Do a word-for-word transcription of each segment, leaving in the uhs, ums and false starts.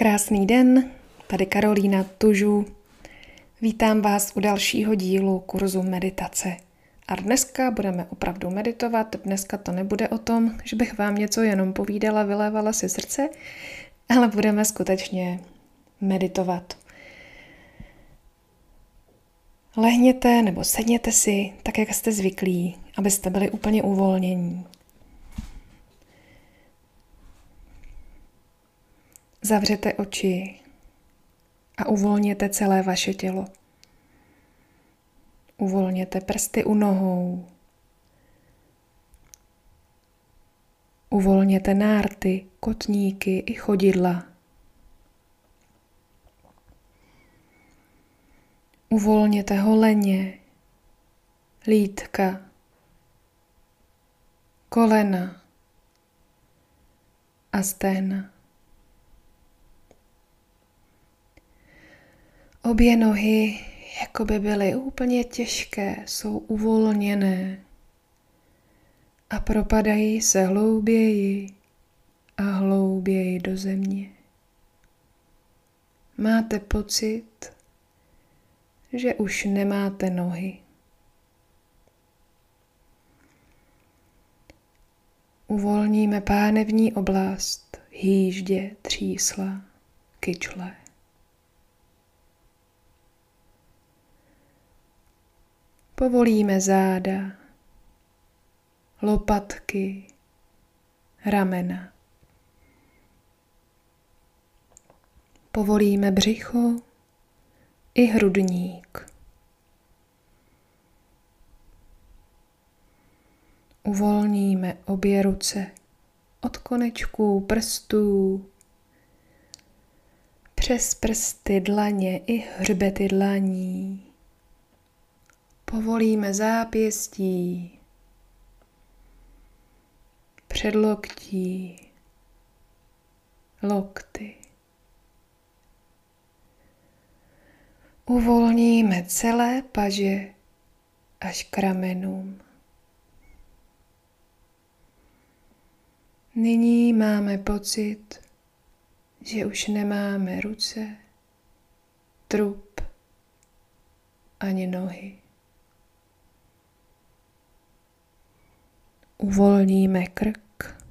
Krásný den, tady Karolína Tužů. Vítám vás u dalšího dílu kurzu meditace. A dneska budeme opravdu meditovat. Dneska to nebude o tom, že bych vám něco jenom povídala, vylévala si srdce, ale budeme skutečně meditovat. Lehněte nebo sedněte si, tak jak jste zvyklí, abyste byli úplně uvolnění. Zavřete oči a uvolněte celé vaše tělo. Uvolněte prsty u nohou. Uvolněte nárty, kotníky i chodidla. Uvolněte holeně, lítka, kolena a stehna. Obě nohy, jako by byly úplně těžké, jsou uvolněné a propadají se hlouběji a hlouběji do země. Máte pocit, že už nemáte nohy. Uvolníme pánevní oblast, hýždě, třísla, kyčle. Povolíme záda, lopatky, ramena. Povolíme břicho i hrudník. Uvolníme obě ruce od konečků prstů přes prsty dlaně i hřbety dlaní. Povolíme zápěstí, předloktí, lokty. Uvolníme celé paže až k ramenům. Nyní máme pocit, že už nemáme ruce, trup ani nohy. Uvolníme krk.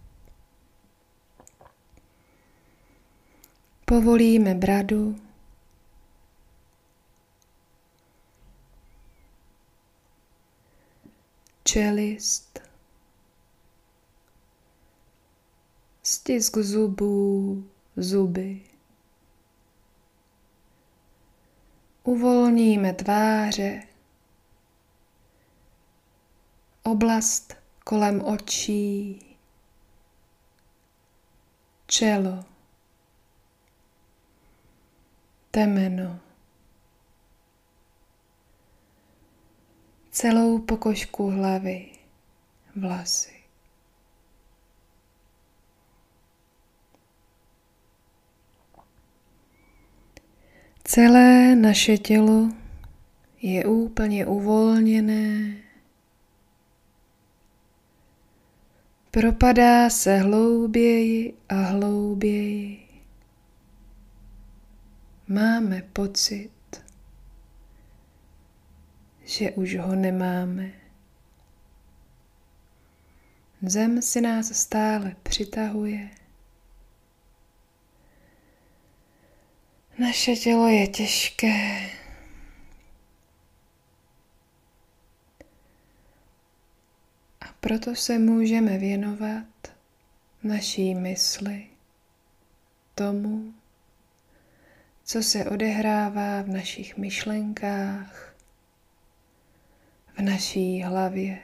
Povolíme bradu. Čelist. Stisk zubů, zuby. Uvolníme tváře. Oblast kolem očí, čelo, temeno, celou pokožku hlavy, vlasy. Celé naše tělo je úplně uvolněné. Propadá se hlouběji a hlouběji. Máme pocit, že už ho nemáme. Zem si nás stále přitahuje. Naše tělo je těžké. Proto se můžeme věnovat naší mysli, tomu, co se odehrává v našich myšlenkách, v naší hlavě.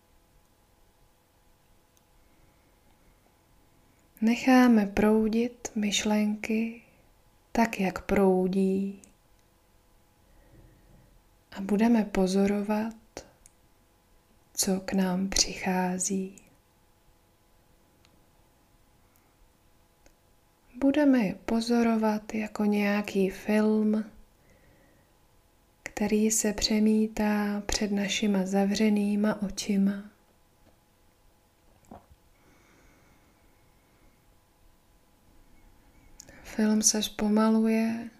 Necháme proudit myšlenky tak, jak proudí, a budeme pozorovat, co k nám přichází. Budeme je pozorovat jako nějaký film, který se přemítá před našima zavřenýma očima. Film se zpomaluje.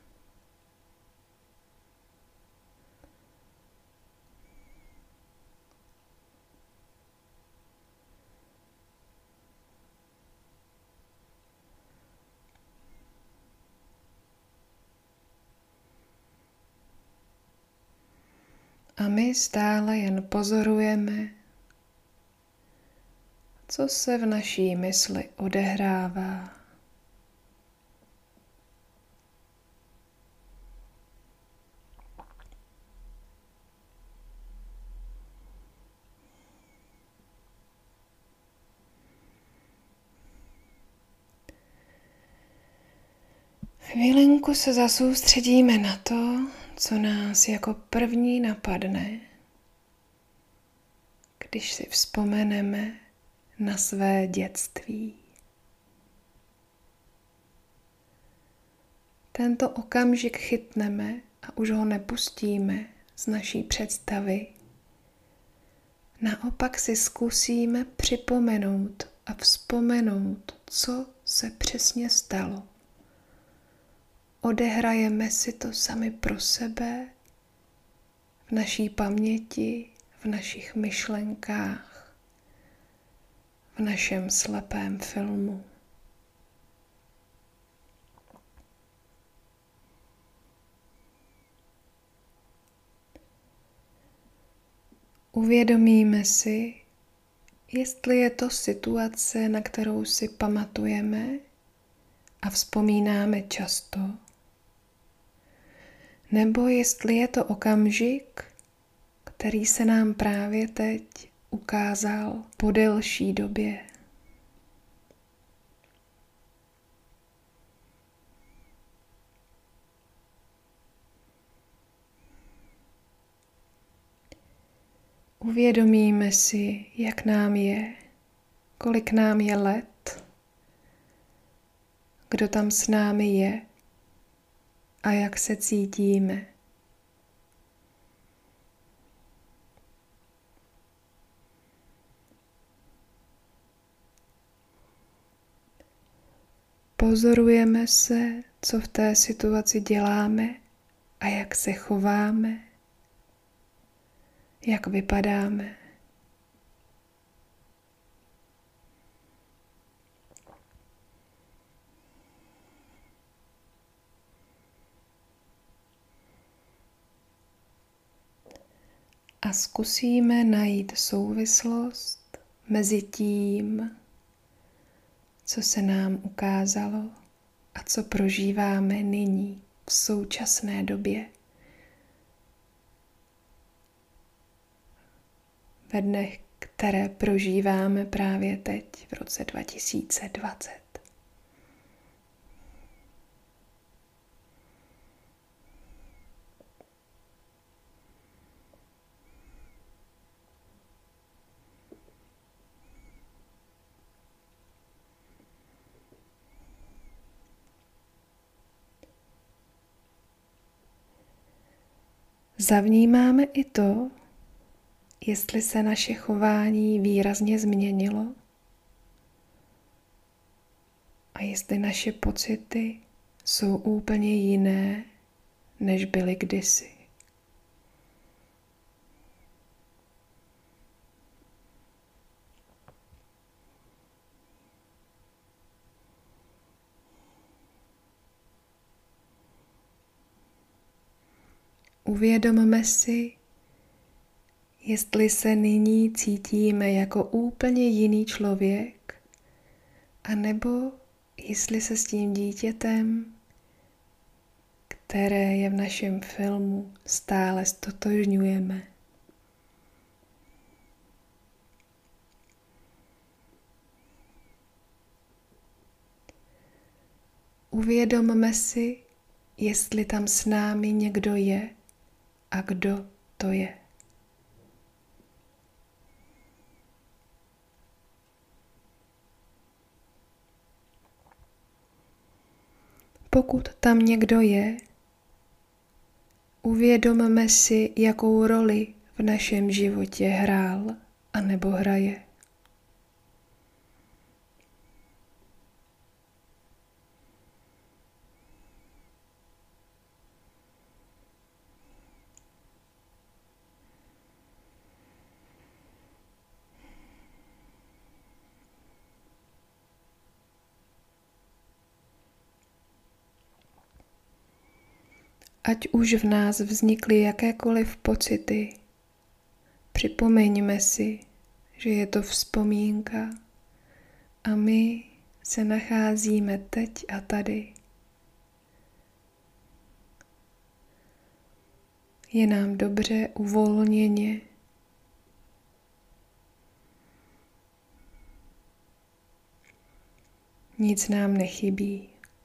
A my stále jen pozorujeme, co se v naší mysli odehrává. Chvílinku se zasoustředíme na to, co nás jako první napadne, když si vzpomeneme na své dětství. Tento okamžik chytneme a už ho nepustíme z naší představy. Naopak si zkusíme připomenout a vzpomenout, co se přesně stalo. Odehrajeme si to sami pro sebe, v naší paměti, v našich myšlenkách, v našem slepém filmu. Uvědomíme si, jestli je to situace, na kterou si pamatujeme a vzpomínáme často, nebo jestli je to okamžik, který se nám právě teď ukázal po delší době. Uvědomíme si, jak nám je, kolik nám je let, kdo tam s námi je a jak se cítíme. Pozorujeme se, co v té situaci děláme a jak se chováme, jak vypadáme. A zkusíme najít souvislost mezi tím, co se nám ukázalo a co prožíváme nyní v současné době. Ve dnech, které prožíváme právě teď v roce dva tisíce dvacet. Zavnímáme i to, jestli se naše chování výrazně změnilo a jestli naše pocity jsou úplně jiné, než byly kdysi. Uvědomme si, jestli se nyní cítíme jako úplně jiný člověk, anebo jestli se s tím dítětem, které je v našem filmu, stále ztotožňujeme. Uvědomme si, jestli tam s námi někdo je a kdo to je. Pokud tam někdo je, uvědomme si, jakou roli v našem životě hrál a nebo hraje. Ať už v nás vznikly jakékoliv pocity, připomeňme si, že je to vzpomínka a my se nacházíme teď a tady. Je nám dobře, uvolněně. Nic nám nechybí.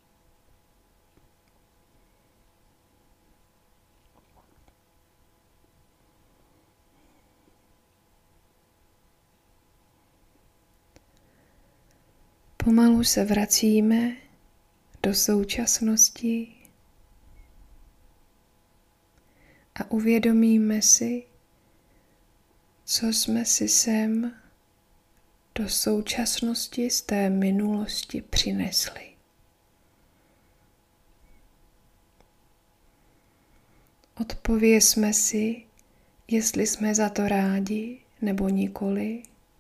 Pomalu se vracíme do současnosti a uvědomíme si, co jsme si sem do současnosti z té minulosti přinesli. Odpovězme si, jestli jsme za to rádi nebo nikoli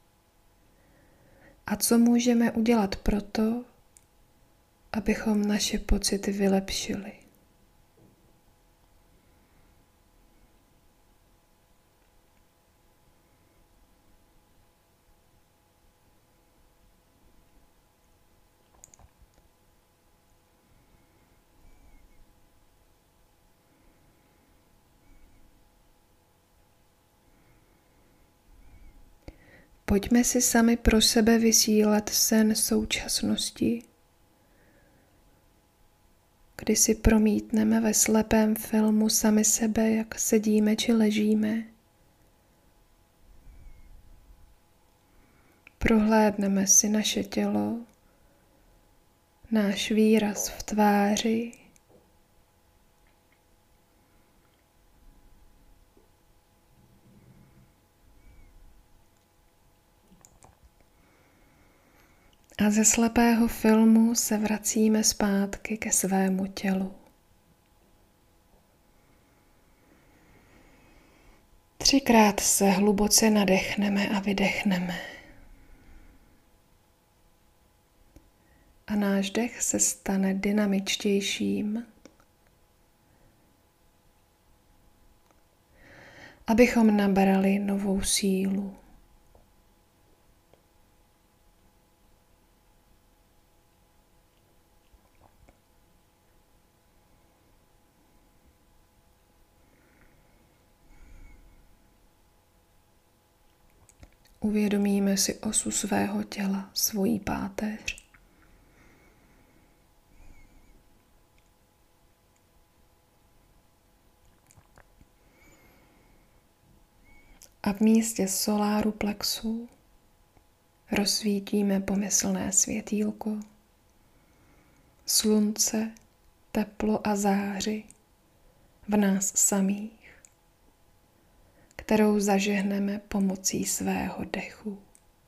a co můžeme udělat proto, abychom naše pocity vylepšili. Pojďme si sami pro sebe vysílat sen současnosti, kdy si promítneme ve slepém filmu sami sebe, jak sedíme či ležíme. Prohlédneme si naše tělo, náš výraz v tváři, a ze slepého filmu se vracíme zpátky ke svému tělu. Třikrát se hluboce nadechneme a vydechneme. A náš dech se stane dynamičtějším, abychom nabrali novou sílu. Uvědomíme si osu svého těla, svoji páteř. A v místě soláru plexu rozsvítíme pomyslné světýlko, slunce, teplo a záři v nás samých, kterou zažehneme pomocí svého dechu.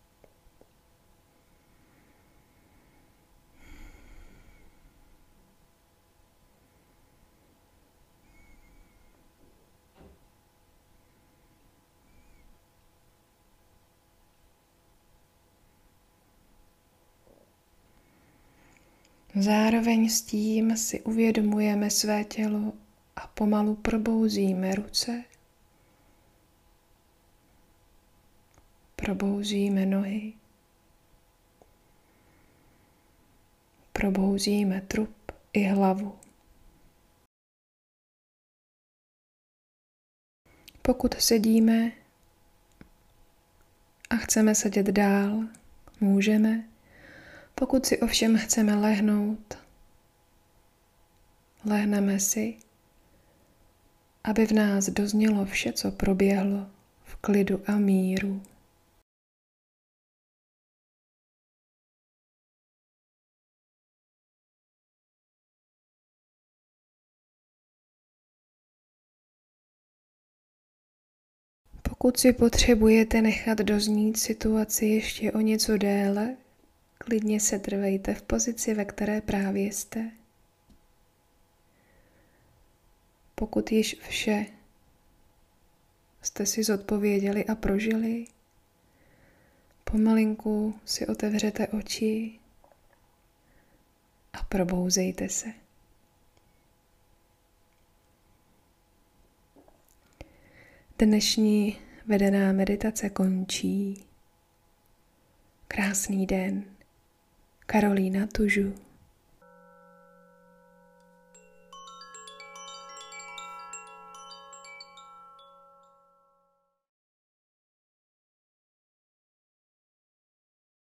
Zároveň s tím si uvědomujeme své tělo a pomalu probouzíme ruce, probouzíme nohy, probouzíme trup i hlavu. Pokud sedíme a chceme sedět dál, můžeme. Pokud si ovšem chceme lehnout, lehneme si, aby v nás doznělo vše, co proběhlo v klidu a míru. Pokud si potřebujete nechat doznít situaci ještě o něco déle, klidně se trvejte v pozici, ve které právě jste. Pokud již vše jste si zodpověděli a prožili, pomalinku si otevřete oči a probouzejte se. Dnešní vedená meditace končí. Krásný den. Karolína Tužu.